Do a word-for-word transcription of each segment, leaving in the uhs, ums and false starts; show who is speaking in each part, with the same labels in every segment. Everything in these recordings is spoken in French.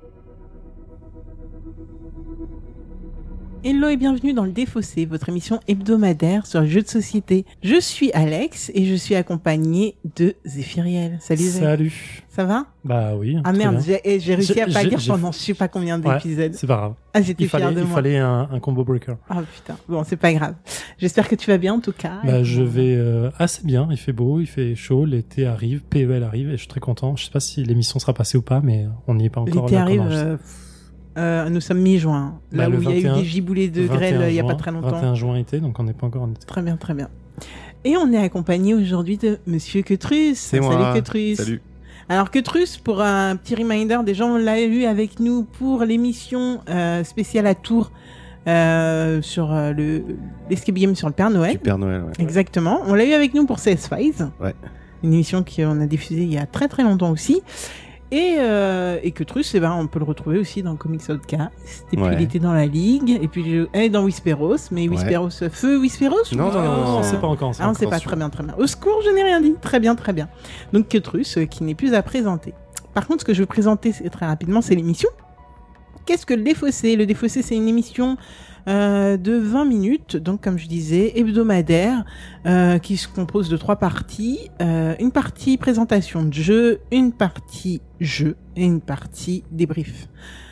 Speaker 1: Hello et bienvenue dans le Défaussé, votre émission hebdomadaire sur les jeux de société. Je suis Alex et je suis accompagné de Zéphiriel. Salut Zé.
Speaker 2: Salut.
Speaker 1: Ça va?
Speaker 2: Bah oui.
Speaker 1: Ah merde, j'ai, j'ai réussi
Speaker 2: j'ai,
Speaker 1: à pas
Speaker 2: j'ai,
Speaker 1: dire
Speaker 2: j'ai...
Speaker 1: pendant je sais pas combien d'épisodes.
Speaker 2: Ouais, c'est pas grave.
Speaker 1: Ah, j'étais
Speaker 2: il
Speaker 1: fière
Speaker 2: fallait,
Speaker 1: de
Speaker 2: il
Speaker 1: moi.
Speaker 2: Il fallait un, un combo breaker.
Speaker 1: Ah putain, bon c'est pas grave. J'espère que tu vas bien en tout cas.
Speaker 2: Bah
Speaker 1: et...
Speaker 2: je vais euh, assez bien, il fait beau, il fait chaud, l'été arrive, P E L arrive et je suis très content. Je sais pas si l'émission sera passée ou pas, mais on n'y est pas encore.
Speaker 1: L'été arrive... Euh... Euh, nous sommes mi-juin, là bah, où il y a eu des giboulées de grêle il y a pas très longtemps.
Speaker 2: vingt et un juin été, donc on n'est pas encore en été.
Speaker 1: Très bien, très bien. Et on est accompagné aujourd'hui de Monsieur Quetrus.
Speaker 3: C'est
Speaker 1: Salut
Speaker 3: moi.
Speaker 1: Quetrus.
Speaker 3: Salut.
Speaker 1: Alors Quetrus, pour un petit reminder, déjà on l'a eu avec nous pour l'émission euh, spéciale à Tours euh, sur euh, le l'escape game sur le Père Noël.
Speaker 3: Du Père Noël, ouais.
Speaker 1: Exactement. On l'a eu avec nous pour C S Files.
Speaker 3: Ouais.
Speaker 1: Une émission qu'on a diffusée il y a très très longtemps aussi. Et, euh, et Quetrus, eh ben, on peut le retrouver aussi dans Comics Outcast. Et
Speaker 3: ouais.
Speaker 1: puis il était dans la Ligue. Et puis et dans Whisperos. Mais Whisperos, ouais. Feu Whisperos
Speaker 3: Non, non, non, non,
Speaker 2: on sait pas encore.
Speaker 1: Ah, on sait pas, très bien, très bien. Au secours, je n'ai rien dit. Très bien, très bien. Donc Quetrus, euh, qui n'est plus à présenter. Par contre, ce que je vais présenter c'est, très rapidement, c'est l'émission. Qu'est-ce que le Défaussé? Le Défaussé, c'est une émission euh, de vingt minutes, donc comme je disais, hebdomadaire, euh, qui se compose de trois parties. Euh, une partie présentation de jeu, une partie jeu et une partie débrief.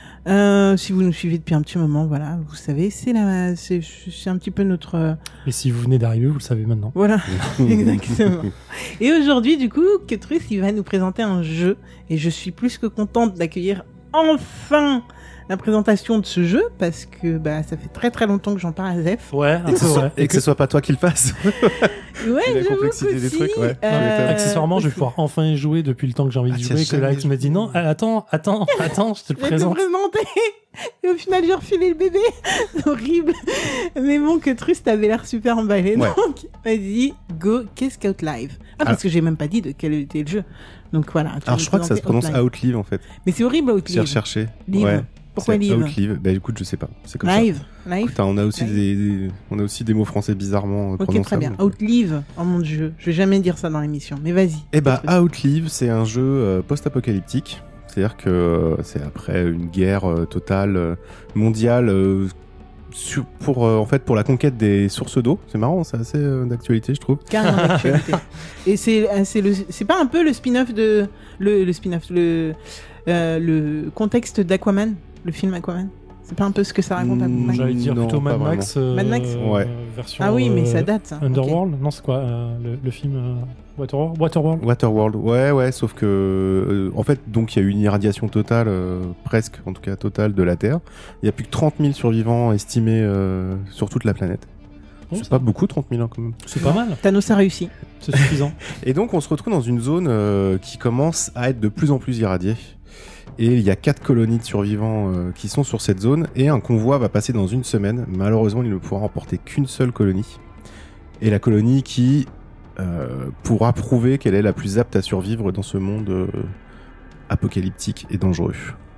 Speaker 1: Euh, si vous nous suivez depuis un petit moment, voilà, vous savez, c'est la, c'est, c'est un petit peu notre... Euh...
Speaker 2: Et si vous venez d'arriver, vous le savez maintenant.
Speaker 1: Voilà, exactement. Et aujourd'hui, du coup, Quetrus, il va nous présenter un jeu, et je suis plus que contente d'accueillir enfin la présentation de ce jeu, parce que bah ça fait très très longtemps que j'en parle à Zef.
Speaker 2: Ouais,
Speaker 3: et que, ce soit, et que ce soit pas toi qui le fasse.
Speaker 1: Ouais,
Speaker 3: la complexité des trucs, ouais.
Speaker 1: Euh...
Speaker 2: Accessoirement, je vais pouvoir enfin y jouer depuis le temps que j'ai envie de ah, jouer, que Alex me dit non, attends, attends, attends, je te le présente.
Speaker 1: Je vais te présenter. Et au final, j'ai refilé le bébé. C'est horrible. Mais bon, Quetrus, t'avais l'air super emballé. Ouais. Donc, vas-y, go, qu'est-ce qu'Outlive? Ah, parce ah. que j'ai même pas dit de quel était le jeu. Donc voilà.
Speaker 3: Alors, je crois que ça se prononce Outlive, Outlive en fait.
Speaker 1: Mais c'est horrible, Outlive.
Speaker 3: J'ai recherché.
Speaker 1: Live.
Speaker 3: Ouais.
Speaker 1: Pourquoi
Speaker 3: c'est
Speaker 1: Live?
Speaker 3: Outlive. Bah écoute, je sais pas. C'est comme
Speaker 1: live.
Speaker 3: ça.
Speaker 1: Live.
Speaker 3: Écoute, on a aussi live. Des, des, on a aussi des mots français bizarrement prononçables.
Speaker 1: Ok, très bien. Outlive. Oh mon dieu, je vais jamais dire ça dans l'émission. Mais vas-y.
Speaker 3: Eh bah, Outlive, c'est un jeu euh, post-apocalyptique. C'est-à-dire que euh, c'est après une guerre euh, totale euh, mondiale euh, sur, pour euh, en fait pour la conquête des sources d'eau. C'est marrant, c'est assez euh, d'actualité, je trouve.
Speaker 1: Carrément d'actualité. Et c'est c'est le c'est pas un peu le spin-off de le, le spin-off le euh, le contexte d'Aquaman, le film Aquaman. C'est pas un peu ce que ça raconte à peu près?
Speaker 2: J'allais dire
Speaker 3: non,
Speaker 2: plutôt Mad Max. Euh,
Speaker 1: Mad Max
Speaker 3: ouais.
Speaker 2: Version,
Speaker 1: ah oui, mais ça date. Ça.
Speaker 2: Underworld,
Speaker 1: okay.
Speaker 2: non c'est quoi euh, le, le film euh, Waterworld Waterworld.
Speaker 3: Waterworld, ouais, ouais, sauf que euh, en fait, donc il y a eu une irradiation totale, euh, presque, en tout cas totale, de la Terre. Il y a plus que trente mille survivants estimés euh, sur toute la planète. Bon, c'est ça. Pas beaucoup, trente mille ans quand même.
Speaker 2: C'est pas mal.
Speaker 1: Thanos a réussi.
Speaker 2: C'est suffisant.
Speaker 3: Et donc on se retrouve dans une zone euh, qui commence à être de plus en plus irradiée. Et il y a quatre colonies de survivants euh, qui sont sur cette zone, et un convoi va passer dans une semaine. Malheureusement, il ne pourra emporter qu'une seule colonie. Et la colonie qui euh, pourra prouver qu'elle est la plus apte à survivre dans ce monde euh, apocalyptique et dangereux.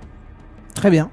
Speaker 1: Très bien.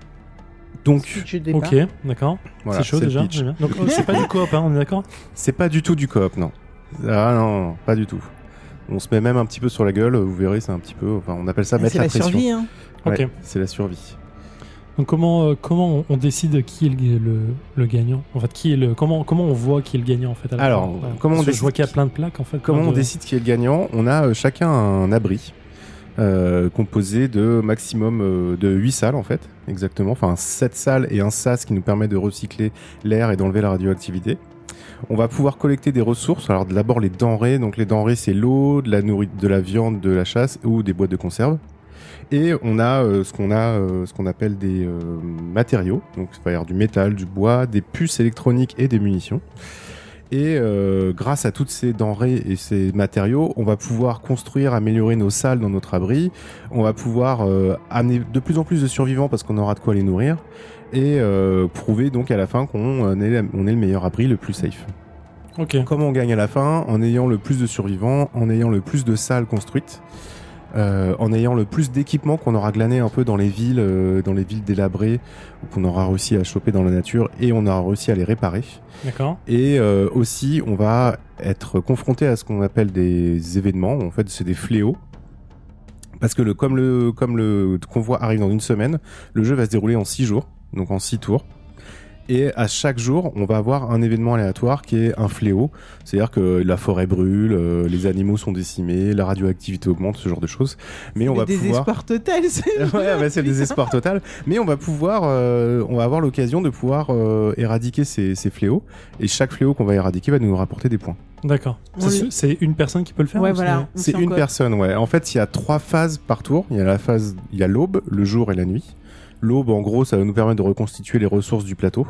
Speaker 3: Donc,
Speaker 2: ok, d'accord. Voilà, c'est chaud c'est déjà. Donc c'est pas du coop, hein, on est d'accord?
Speaker 3: C'est pas du tout du coop, non. Ah non, non, pas du tout. On se met même un petit peu sur la gueule, vous verrez, c'est un petit peu... Enfin, on appelle ça
Speaker 1: ah,
Speaker 3: mettre la, la pression.
Speaker 1: C'est la survie, hein.
Speaker 3: Ouais,
Speaker 2: ok.
Speaker 3: C'est la survie.
Speaker 2: Donc comment euh, comment on, on décide qui est le, le, le gagnant? En fait, qui est le comment comment on voit qui est le gagnant en fait à la
Speaker 3: Alors,
Speaker 2: fin,
Speaker 3: comment on décide?
Speaker 2: Je vois qu'il y a plein de plaques en fait.
Speaker 3: Comment
Speaker 2: de...
Speaker 3: on décide qui est le gagnant? On a euh, chacun un abri euh, composé de maximum euh, de huit salles en fait, exactement. Enfin, sept salles et un sas qui nous permet de recycler l'air et d'enlever la radioactivité. On va pouvoir collecter des ressources. Alors d'abord les denrées. Donc les denrées, c'est l'eau, de la nourriture, de la viande, de la chasse ou des boîtes de conserve. Et on a euh, ce qu'on a, euh, ce qu'on appelle des euh, matériaux. Donc il va y avoir du métal, du bois, des puces électroniques et des munitions. Et euh, grâce à toutes ces denrées et ces matériaux, on va pouvoir construire, améliorer nos salles dans notre abri. On va pouvoir euh, amener de plus en plus de survivants parce qu'on aura de quoi les nourrir. Et euh, prouver donc à la fin qu'on est, on est le meilleur abri, le plus safe.
Speaker 2: Okay.
Speaker 3: Comment on gagne à la fin? En ayant le plus de survivants, en ayant le plus de salles construites, euh, en ayant le plus d'équipements qu'on aura glané un peu dans les villes, euh, dans les villes délabrées, ou qu'on aura réussi à choper dans la nature, et on aura réussi à les réparer.
Speaker 2: D'accord.
Speaker 3: Et euh, aussi, on va être confronté à ce qu'on appelle des événements. En fait, c'est des fléaux. Parce que le, comme le, comme le convoi arrive dans une semaine, le jeu va se dérouler en six jours, donc en six tours. Et à chaque jour, on va avoir un événement aléatoire qui est un fléau. C'est-à-dire que la forêt brûle, euh, les animaux sont décimés, la radioactivité augmente, ce genre de choses. Mais on
Speaker 1: le
Speaker 3: va
Speaker 1: désespoir
Speaker 3: pouvoir...
Speaker 1: total. C'est...
Speaker 3: ouais, bah, c'est le désespoir total. Mais on va pouvoir, euh, on va avoir l'occasion de pouvoir euh, éradiquer ces, ces fléaux. Et chaque fléau qu'on va éradiquer va nous rapporter des points.
Speaker 2: D'accord.
Speaker 1: On
Speaker 2: C'est,
Speaker 1: le-
Speaker 2: c'est une personne qui peut le faire
Speaker 1: Ouais,
Speaker 2: ou
Speaker 1: voilà.
Speaker 3: C'est
Speaker 1: en
Speaker 3: une
Speaker 1: coop.
Speaker 3: personne, ouais. En fait, il y a trois phases par tour. Il y a la phase, il y a l'aube, le jour et la nuit. L'aube, en gros, ça va nous permettre de reconstituer les ressources du plateau.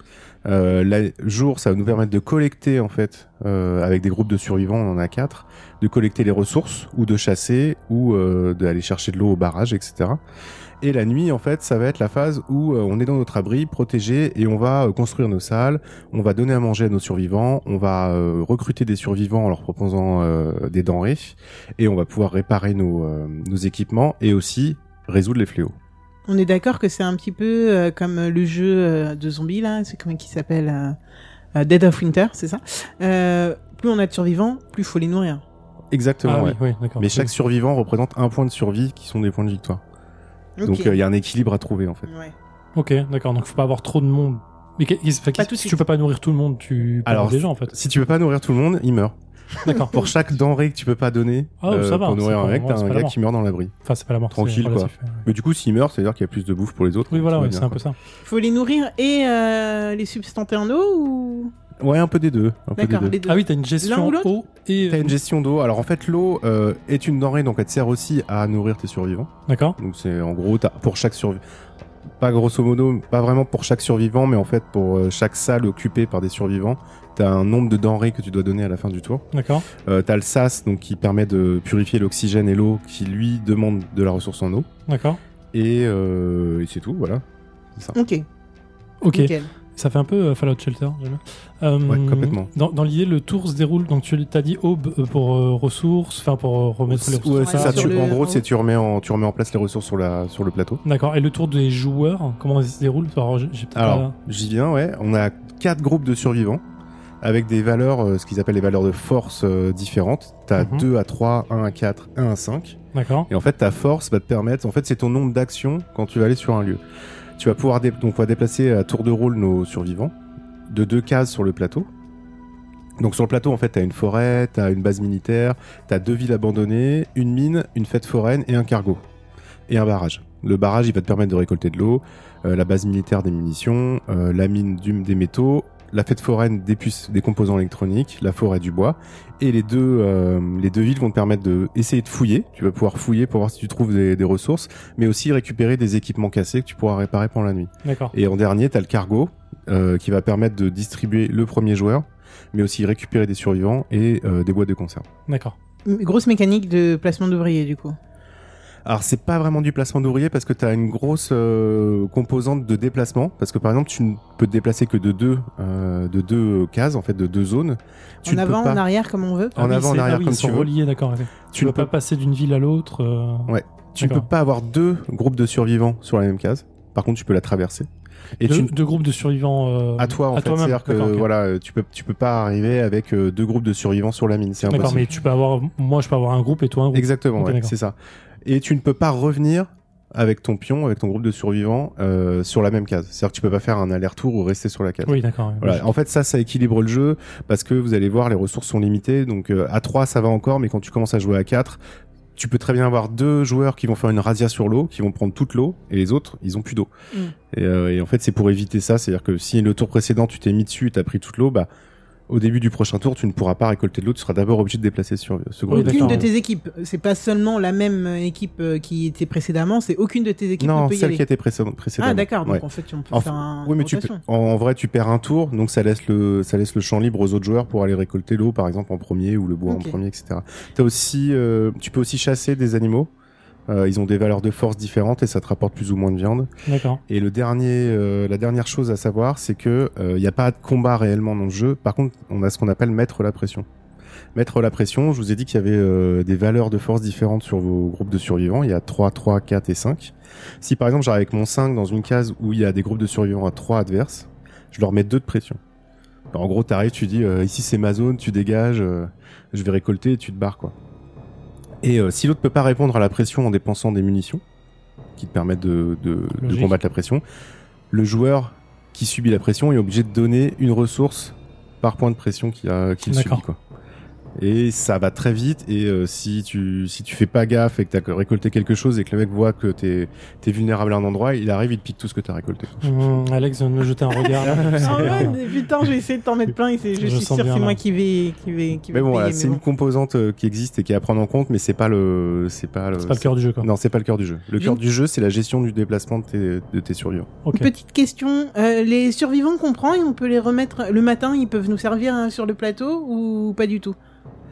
Speaker 3: Euh, le jour, ça va nous permettre de collecter, en fait, euh, avec des groupes de survivants, on en a quatre, de collecter les ressources, ou de chasser, ou euh, d'aller chercher de l'eau au barrage, et cetera. Et la nuit, en fait, ça va être la phase où euh, on est dans notre abri, protégé, et on va euh, construire nos salles, on va donner à manger à nos survivants, on va euh, recruter des survivants en leur proposant euh, des denrées, et on va pouvoir réparer nos, euh, nos équipements, et aussi résoudre les fléaux.
Speaker 1: On est d'accord que c'est un petit peu euh, comme le jeu euh, de zombies, là. C'est comment qui s'appelle euh, euh, Dead of Winter, c'est ça. Euh, plus on a de survivants, plus il faut les nourrir.
Speaker 3: Exactement,
Speaker 2: Ah
Speaker 3: ouais.
Speaker 2: oui, oui, d'accord.
Speaker 3: Mais chaque
Speaker 2: Oui.
Speaker 3: survivant représente un point de survie qui sont des points de victoire.
Speaker 1: Ok.
Speaker 3: Donc il y a un équilibre à trouver, en fait.
Speaker 1: Ouais.
Speaker 2: Ok, d'accord. Donc faut pas avoir trop de monde. Mais qu'est- qu'est-ce-
Speaker 1: Pas
Speaker 2: qu'est-ce-
Speaker 1: tout de
Speaker 2: si
Speaker 1: suite.
Speaker 2: tu peux pas nourrir tout le monde, tu peux
Speaker 3: Alors,
Speaker 2: avoir des gens en fait.
Speaker 3: Si tu peux pas nourrir tout le monde, il meurt.
Speaker 2: D'accord.
Speaker 3: Pour chaque denrée que tu peux pas donner
Speaker 2: Ah, ça va,
Speaker 3: pour nourrir
Speaker 2: c'est
Speaker 3: un
Speaker 2: pas-
Speaker 3: mec,
Speaker 2: ouais,
Speaker 3: t'as
Speaker 2: c'est
Speaker 3: un
Speaker 2: pas la
Speaker 3: gars
Speaker 2: mort.
Speaker 3: qui meurt dans l'abri.
Speaker 2: Enfin, c'est pas la mort.
Speaker 3: Tranquille,
Speaker 2: c'est
Speaker 3: quoi.
Speaker 2: relatif, ouais.
Speaker 3: Mais du coup, s'il meurt, ça veut dire qu'il y a plus de bouffe pour les autres.
Speaker 2: Oui,
Speaker 3: donc
Speaker 2: voilà,
Speaker 3: tout va
Speaker 2: ouais,
Speaker 3: bien,
Speaker 2: c'est un
Speaker 3: quoi.
Speaker 2: peu ça.
Speaker 1: Faut les nourrir et euh, les substanter en eau ou...
Speaker 3: Ouais, un peu des deux. Un peu des
Speaker 1: D'accord,
Speaker 3: deux.
Speaker 1: les deux.
Speaker 2: Ah oui, t'as une
Speaker 1: L'un
Speaker 2: gestion
Speaker 1: ou l'autre
Speaker 2: eau et.
Speaker 3: T'as une gestion d'eau. Alors en fait, l'eau euh, est une denrée, donc elle te sert aussi à nourrir tes survivants.
Speaker 2: D'accord.
Speaker 3: Donc c'est en gros, t'as, pour chaque survivant, pas grosso modo, pas vraiment pour chaque survivant, mais en fait pour euh, chaque salle occupée par des survivants, t'as un nombre de denrées que tu dois donner à la fin du tour.
Speaker 2: D'accord.
Speaker 3: Euh, t'as le sas, donc qui permet de purifier l'oxygène et l'eau, qui lui demande de la ressource en eau.
Speaker 2: D'accord.
Speaker 3: Et, euh, et c'est tout, voilà. C'est ça.
Speaker 1: Ok.
Speaker 2: Ok.
Speaker 1: Nickel.
Speaker 2: Ça fait un peu euh, Fallout Shelter, j'aime bien. Euh,
Speaker 3: Ouais, complètement.
Speaker 2: Dans, dans l'idée, le tour se déroule. Donc tu t'as dit aube euh, pour euh, ressources, enfin pour euh, remettre les ressources.
Speaker 3: Ouais,
Speaker 1: Ouais,
Speaker 3: c'est ça.
Speaker 1: sur
Speaker 3: Tu,
Speaker 1: le-
Speaker 3: en gros,
Speaker 1: en
Speaker 3: c'est
Speaker 1: haut.
Speaker 3: tu remets en tu remets en place les ressources sur la sur le plateau.
Speaker 2: D'accord. Et le tour des joueurs, comment il se déroule? Alors, j'ai j'ai peut-être
Speaker 3: Alors,
Speaker 2: pas-
Speaker 3: j'y viens, ouais. On a quatre groupes de survivants avec des valeurs, euh, ce qu'ils appellent les valeurs de force euh, différentes. T'as
Speaker 2: Mhm.
Speaker 3: deux à trois, un à quatre, un à cinq.
Speaker 2: D'accord.
Speaker 3: Et en fait, ta force va te permettre, en fait, c'est ton nombre d'actions quand tu vas aller sur un lieu. Tu vas pouvoir dé- donc on va déplacer à tour de rôle nos survivants de deux cases sur le plateau. Donc sur le plateau, en fait, t'as une forêt, t'as une base militaire, t'as deux villes abandonnées, une mine, une fête foraine et un cargo. Et un barrage. Le barrage, il va te permettre de récolter de l'eau, euh, la base militaire des munitions, euh, la mine du, des métaux, la fête foraine des puces, des composants électroniques, la forêt du bois. Et les deux, euh, les deux villes vont te permettre de essayer de fouiller. Tu vas pouvoir fouiller pour voir si tu trouves des, des ressources, mais aussi récupérer des équipements cassés que tu pourras réparer pendant la nuit.
Speaker 2: D'accord.
Speaker 3: Et en dernier, t'as le cargo, euh, qui va permettre de distribuer le premier joueur, mais aussi récupérer des survivants et euh, des boîtes de conserve.
Speaker 2: D'accord.
Speaker 1: M- Grosse mécanique de placement d'ouvriers, du coup.
Speaker 3: Alors c'est pas vraiment du placement d'ouvriers parce que t'as une grosse euh, composante de déplacement, parce que par exemple tu ne peux te déplacer que de deux, euh, de deux cases, en fait de deux zones. Tu
Speaker 1: En
Speaker 3: ne
Speaker 1: avant,
Speaker 3: peux pas...
Speaker 1: en arrière, comme on veut.
Speaker 3: En
Speaker 2: Ah oui,
Speaker 3: avant, en
Speaker 2: c'est-
Speaker 3: arrière,
Speaker 2: ah oui,
Speaker 3: comme
Speaker 2: ils sont
Speaker 3: tu veux.
Speaker 2: reliés, d'accord. ok. Tu
Speaker 3: Tu
Speaker 2: ne
Speaker 3: ne
Speaker 2: peux pas
Speaker 3: peux,
Speaker 2: passer d'une ville à l'autre. euh,
Speaker 3: Ouais. tu ne peux
Speaker 2: D'accord.
Speaker 3: pas avoir deux groupes de survivants sur la même case. Par contre, tu peux la traverser. Et
Speaker 2: deux,
Speaker 3: tu
Speaker 2: deux groupes de survivants. euh,
Speaker 3: à toi en
Speaker 2: à
Speaker 3: fait,
Speaker 2: toi-même.
Speaker 3: c'est-à-dire que
Speaker 2: D'accord, ok.
Speaker 3: voilà, tu peux tu peux pas arriver avec euh, deux groupes de survivants sur la mine, c'est
Speaker 2: D'accord,
Speaker 3: impossible.
Speaker 2: mais tu peux avoir. Moi, je peux avoir un groupe et toi un groupe.
Speaker 3: Exactement,
Speaker 2: Ok,
Speaker 3: ouais,
Speaker 2: d'accord.
Speaker 3: c'est ça. Et tu ne peux pas revenir avec ton pion, avec ton groupe de survivants euh, sur la même case. C'est-à-dire que tu peux pas faire un aller-retour ou rester sur la case.
Speaker 2: Oui, d'accord. ouais.
Speaker 3: Voilà. En fait, ça, ça équilibre le jeu parce que vous allez voir, les ressources sont limitées. Donc euh, à trois, ça va encore, mais quand tu commences à jouer à quatre, tu peux très bien avoir deux joueurs qui vont faire une razzia sur l'eau, qui vont prendre toute l'eau, et les autres, ils ont plus d'eau.
Speaker 1: Mm.
Speaker 3: Et, euh, et en fait, c'est pour éviter ça. C'est-à-dire que si le tour précédent, tu t'es mis dessus, t'as pris toute l'eau, bah au début du prochain tour, tu ne pourras pas récolter de l'eau. Tu seras d'abord obligé de déplacer sur ce groupe.
Speaker 2: Oui,
Speaker 1: Aucune
Speaker 2: d'accord.
Speaker 1: de tes équipes. C'est pas seulement la même équipe euh, qui était précédemment, c'est aucune de tes équipes
Speaker 3: Non,
Speaker 1: ne peut y
Speaker 3: celle
Speaker 1: aller.
Speaker 3: qui était précédente. précédemment.
Speaker 1: Ah d'accord, donc
Speaker 3: Ouais.
Speaker 1: en fait on peut
Speaker 3: En
Speaker 1: faire
Speaker 3: f-
Speaker 1: un
Speaker 3: Oui, mais tu peux,
Speaker 1: rotation.
Speaker 3: en, en vrai, tu perds un tour, donc ça laisse le, ça laisse le champ libre aux autres joueurs pour aller récolter l'eau, par exemple, en premier, ou le bois
Speaker 1: Ok.
Speaker 3: en premier, et cetera. T'as aussi, euh, tu peux aussi chasser des animaux. Euh, ils ont des valeurs de force différentes et ça te rapporte plus ou moins de viande.
Speaker 2: D'accord.
Speaker 3: Et le dernier, euh, la dernière chose à savoir, c'est que il n'y a pas de combat réellement dans le jeu. Par contre, on a ce qu'on appelle mettre la pression. Mettre la pression, je vous ai dit qu'il y avait euh, des valeurs de force différentes sur vos groupes de survivants. Il y a trois, trois, quatre et cinq. Si par exemple j'arrive avec mon cinq dans une case où il y a des groupes de survivants à trois adverses, je leur mets deux de pression. Alors, en gros, t'arrives, tu dis euh, ici c'est ma zone, tu dégages, euh, je vais récolter et tu te barres quoi. Et euh, si l'autre peut pas répondre à la pression en dépensant des munitions, qui te permettent de, de, de combattre la pression, le joueur qui subit la pression est obligé de donner une ressource par point de pression qu'il, a, qu'il subit, quoi. Et ça va très vite, et euh, si tu si tu fais pas gaffe et que t'as récolté quelque chose et que le mec voit que t'es t'es vulnérable à un endroit, il arrive, il te pique tout ce que t'as récolté.
Speaker 2: Mmh, Alex vient de me jeter un regard.
Speaker 1: Ah ouais, mais putain, je vais essayer de t'en mettre plein et c'est, je,
Speaker 2: Je
Speaker 1: suis
Speaker 2: sens
Speaker 1: sûr que
Speaker 2: bien,
Speaker 1: c'est
Speaker 2: là.
Speaker 1: moi qui vais qui vais qui vais
Speaker 3: Mais bon,
Speaker 1: payer,
Speaker 3: voilà,
Speaker 1: mais
Speaker 3: c'est
Speaker 1: bon.
Speaker 3: une composante euh, qui existe et qui est à prendre en compte, mais c'est pas le c'est pas le
Speaker 2: C'est pas le cœur du jeu, quoi.
Speaker 3: Non, c'est pas le cœur du jeu. Le
Speaker 1: J'ai
Speaker 3: cœur
Speaker 1: une-
Speaker 3: du jeu, c'est la gestion du déplacement de tes de tes survivants.
Speaker 2: Ok.
Speaker 1: Petite question, euh, les survivants qu'on prend, on peut les remettre le matin, ils peuvent nous servir hein, sur le plateau ou pas du tout?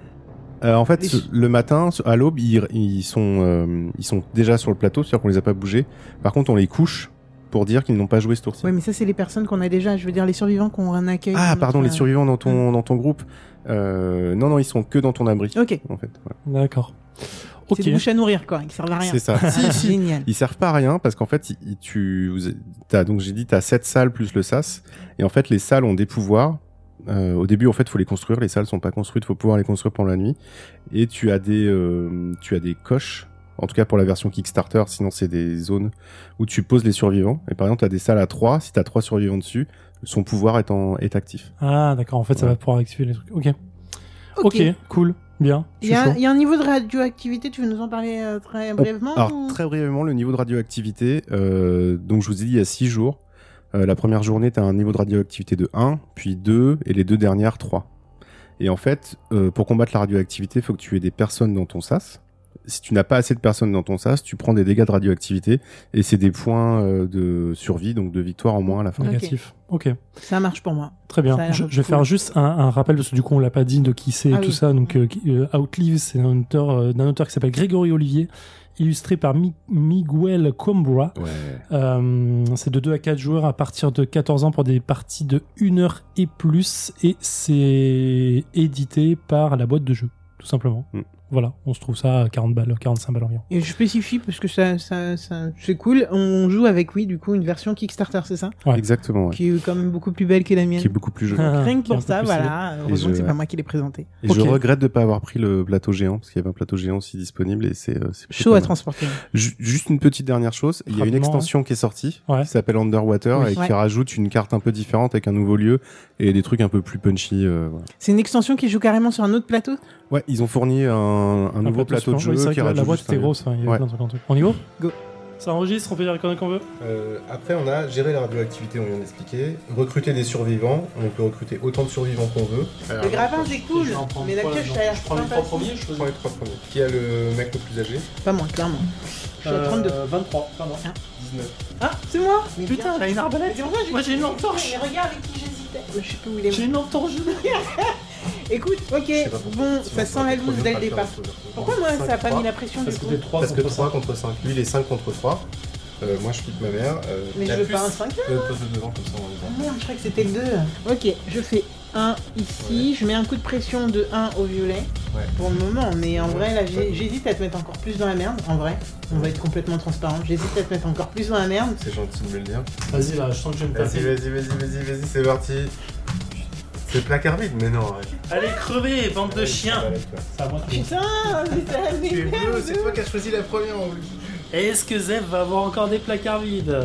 Speaker 3: Euh, en fait,
Speaker 1: Les-
Speaker 3: ce- le matin, à l'aube, ils, ils sont euh, ils sont déjà sur le plateau, c'est-à-dire qu'on les a pas bougés. Par contre, on les couche pour dire qu'ils n'ont pas joué ce tour-ci.
Speaker 1: Ouais, mais ça c'est les personnes qu'on a déjà, je veux dire les survivants qui ont un accueil.
Speaker 3: Ah,
Speaker 1: dans
Speaker 3: pardon,
Speaker 1: notre-
Speaker 3: les survivants dans ton dans ton groupe. Euh, non, non, ils sont que dans ton abri.
Speaker 1: Ok,
Speaker 3: En fait, voilà.
Speaker 2: D'accord. Ok.
Speaker 1: c'est des bouches à nourrir quoi, ils servent à rien.
Speaker 3: C'est ça. si, si.
Speaker 1: Génial.
Speaker 3: Ils servent pas à rien parce qu'en fait, ils- ils- tu, vous- t'as, donc j'ai dit, t'as sept salles plus le sas. Et en fait, les salles ont des pouvoirs. Euh, au début, en fait, faut les construire. Les salles sont pas construites. Faut pouvoir les construire pendant la nuit. Et tu as des, euh, tu as des coches. En tout cas, pour la version Kickstarter. Sinon, c'est des zones où tu poses les survivants. Et par exemple, t'as des salles à trois. Si t'as trois survivants dessus, son pouvoir est en, est actif.
Speaker 2: Ah, d'accord. En fait, ça
Speaker 3: Ouais.
Speaker 2: va pouvoir activer les trucs. Ok.
Speaker 1: Ok.
Speaker 2: Ok, cool. Bien. Je
Speaker 1: Il
Speaker 2: suis
Speaker 1: y, a,
Speaker 2: chaud.
Speaker 1: il y a un niveau de radioactivité, tu veux nous en parler euh, très brièvement
Speaker 3: Alors,
Speaker 1: ou-
Speaker 3: très brièvement, le niveau de radioactivité. Euh, donc, je vous ai dit, il y a six jours. Euh, la première journée, tu as un niveau de radioactivité de un, puis deux, et les deux dernières, trois. Et en fait, euh, pour combattre la radioactivité, il faut que tu aies des personnes dans ton sas. Si tu n'as pas assez de personnes dans ton sas, tu prends des dégâts de radioactivité, et c'est des points euh, de survie, donc de victoire en moins à la fin.
Speaker 1: Ok.
Speaker 2: Négatif. Ok.
Speaker 1: Ça marche pour moi.
Speaker 2: Très bien.
Speaker 1: Ça a l'air
Speaker 2: Je, je vais
Speaker 1: cool.
Speaker 2: faire juste un, un rappel parce que du coup on l'a pas dit de qui c'est
Speaker 1: Ah
Speaker 2: et tout
Speaker 1: oui.
Speaker 2: ça. Donc euh, qui- euh, Outlive, c'est un auteur euh, d'un auteur qui s'appelle Grégory Olivier, illustré par Mi- Miguel Coimbra.
Speaker 3: Ouais.
Speaker 2: Euh, c'est de deux à quatre joueurs à partir de quatorze ans pour des parties de une heure et plus, et c'est édité par la boîte de jeu, tout simplement.
Speaker 3: Mm.
Speaker 2: Voilà, on se trouve ça à quarante balles, quarante-cinq balles environ.
Speaker 1: Et je spécifie parce que ça, ça, ça c'est cool. On joue avec, oui, du coup, une version Kickstarter, c'est ça?
Speaker 2: Ouais.
Speaker 3: Exactement, ouais.
Speaker 1: Qui est quand même beaucoup plus belle que la mienne.
Speaker 3: Qui est beaucoup plus joli.
Speaker 1: Rien que
Speaker 2: Qui est un
Speaker 1: pour
Speaker 2: peu
Speaker 1: ça,
Speaker 2: plus
Speaker 1: voilà. Heureusement
Speaker 3: je-
Speaker 1: que c'est pas moi qui l'ai présenté.
Speaker 3: Et
Speaker 2: Ok.
Speaker 3: je regrette de pas avoir pris le plateau géant, parce qu'il y avait un plateau géant aussi disponible, et c'est, euh, c'est plutôt
Speaker 1: Chaud
Speaker 3: pas
Speaker 1: à
Speaker 3: mal.
Speaker 1: transporter.
Speaker 3: Ju- Juste une petite dernière chose, il y a une
Speaker 2: Rapidement,
Speaker 3: extension qui est sortie,
Speaker 2: Ouais.
Speaker 3: qui s'appelle Underwater,
Speaker 2: Oui.
Speaker 3: et qui
Speaker 1: Ouais.
Speaker 3: rajoute une carte un peu différente avec un nouveau lieu, et des trucs un peu plus punchy. euh, voilà.
Speaker 1: C'est une extension qui joue carrément sur un autre plateau?
Speaker 3: Ouais, ils ont fourni un, un nouveau plateau de
Speaker 2: supplément.
Speaker 3: jeu
Speaker 2: Oui, c'est vrai
Speaker 3: qui
Speaker 2: que la,
Speaker 3: rajoute
Speaker 2: la boîte
Speaker 3: juste un
Speaker 2: était
Speaker 3: lieu.
Speaker 2: grosse, enfin, il y avait
Speaker 3: Ouais.
Speaker 2: plein de trucs, plein de trucs. On y va?
Speaker 1: Go.
Speaker 2: Ça enregistre, on peut dire quand on veut.
Speaker 3: Euh, après, on a géré la radioactivité, on vient d'expliquer, recruter des survivants, on peut recruter autant de survivants qu'on veut.
Speaker 1: Le grappin, c'est cool, mais la pioche, ça a l'air sympa.
Speaker 2: je
Speaker 3: Je prends les trois premiers. Qui a le mec le plus âgé?
Speaker 1: Pas moi, clairement. Je suis à trente-deux.
Speaker 2: vingt-trois, pardon.
Speaker 3: dix-neuf.
Speaker 1: Ah, c'est moi? Mais
Speaker 2: Putain,
Speaker 1: bien.
Speaker 2: elle a une arbalète.
Speaker 1: C'est pour ça que
Speaker 2: Moi, j'ai une lampe torche.
Speaker 1: Mais regarde avec qui j'hésitais. Je sais plus où il est.
Speaker 2: J'ai une lampe torche.
Speaker 1: Écoute, ok,
Speaker 3: Je sais pas pourquoi.
Speaker 1: bon, ça sent la loose dès le départ. Pourquoi moi ça a pas mis la pression du
Speaker 2: Parce que
Speaker 1: coup?
Speaker 2: t'es trois
Speaker 3: Parce que
Speaker 2: contre
Speaker 3: trois
Speaker 2: cinq.
Speaker 3: contre cinq. Lui, il est cinq contre trois. Euh, moi, je pique ma mère. Euh,
Speaker 1: Mais je
Speaker 3: la
Speaker 1: veux
Speaker 3: puce,
Speaker 1: pas un cinq.
Speaker 3: euh, pose-le devant, comme ça, on les
Speaker 1: Ah
Speaker 3: voit.
Speaker 1: merde, je croyais que c'était le deux. Ok, je fais un ici, je mets un coup de pression de un au violet
Speaker 3: Ouais.
Speaker 1: pour le moment, mais en
Speaker 3: Ouais.
Speaker 1: vrai là j'ai-
Speaker 3: Ouais.
Speaker 1: j'hésite à te mettre encore plus dans la merde, en vrai, on va être complètement transparent, j'hésite à te mettre encore plus dans la merde.
Speaker 3: C'est gentil de me le dire.
Speaker 2: Vas-y, là, je sens que je vais me
Speaker 3: Vas-y,
Speaker 2: taper.
Speaker 3: vas-y, vas-y, vas-y, vas-y, c'est parti. C'est le placard vide, mais non, arrête.
Speaker 2: Allez, crevez, bande de
Speaker 3: Arrête,
Speaker 2: chiens.
Speaker 3: arrête, toi.
Speaker 2: Ça va.
Speaker 1: Putain, mais ça
Speaker 3: Tu es bleu,
Speaker 1: m'énerve.
Speaker 3: c'est toi qui as choisi la première en plus.
Speaker 2: Est-ce que Zev va avoir encore des placards vides?